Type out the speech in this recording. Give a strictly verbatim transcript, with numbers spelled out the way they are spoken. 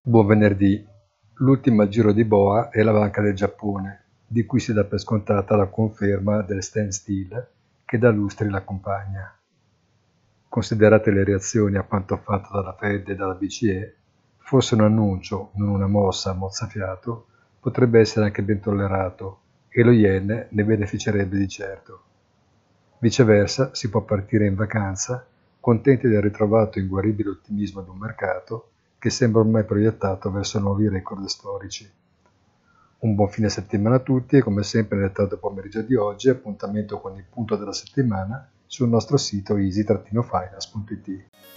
Buon venerdì. L'ultima al giro di boa è la Banca del Giappone, di cui si dà per scontata la conferma del standstill che da lustri l'accompagna. Considerate le reazioni a quanto fatto dalla Fed e dalla B C E, fosse un annuncio, non una mossa a mozzafiato, potrebbe essere anche ben tollerato e lo yen ne beneficerebbe di certo. Viceversa, si può partire in vacanza contenti del ritrovato inguaribile ottimismo di un mercato che sembra ormai proiettato verso nuovi record storici. Un buon fine settimana a tutti e come sempre nel tardo pomeriggio di oggi appuntamento con il punto della settimana sul nostro sito easy finance punto it.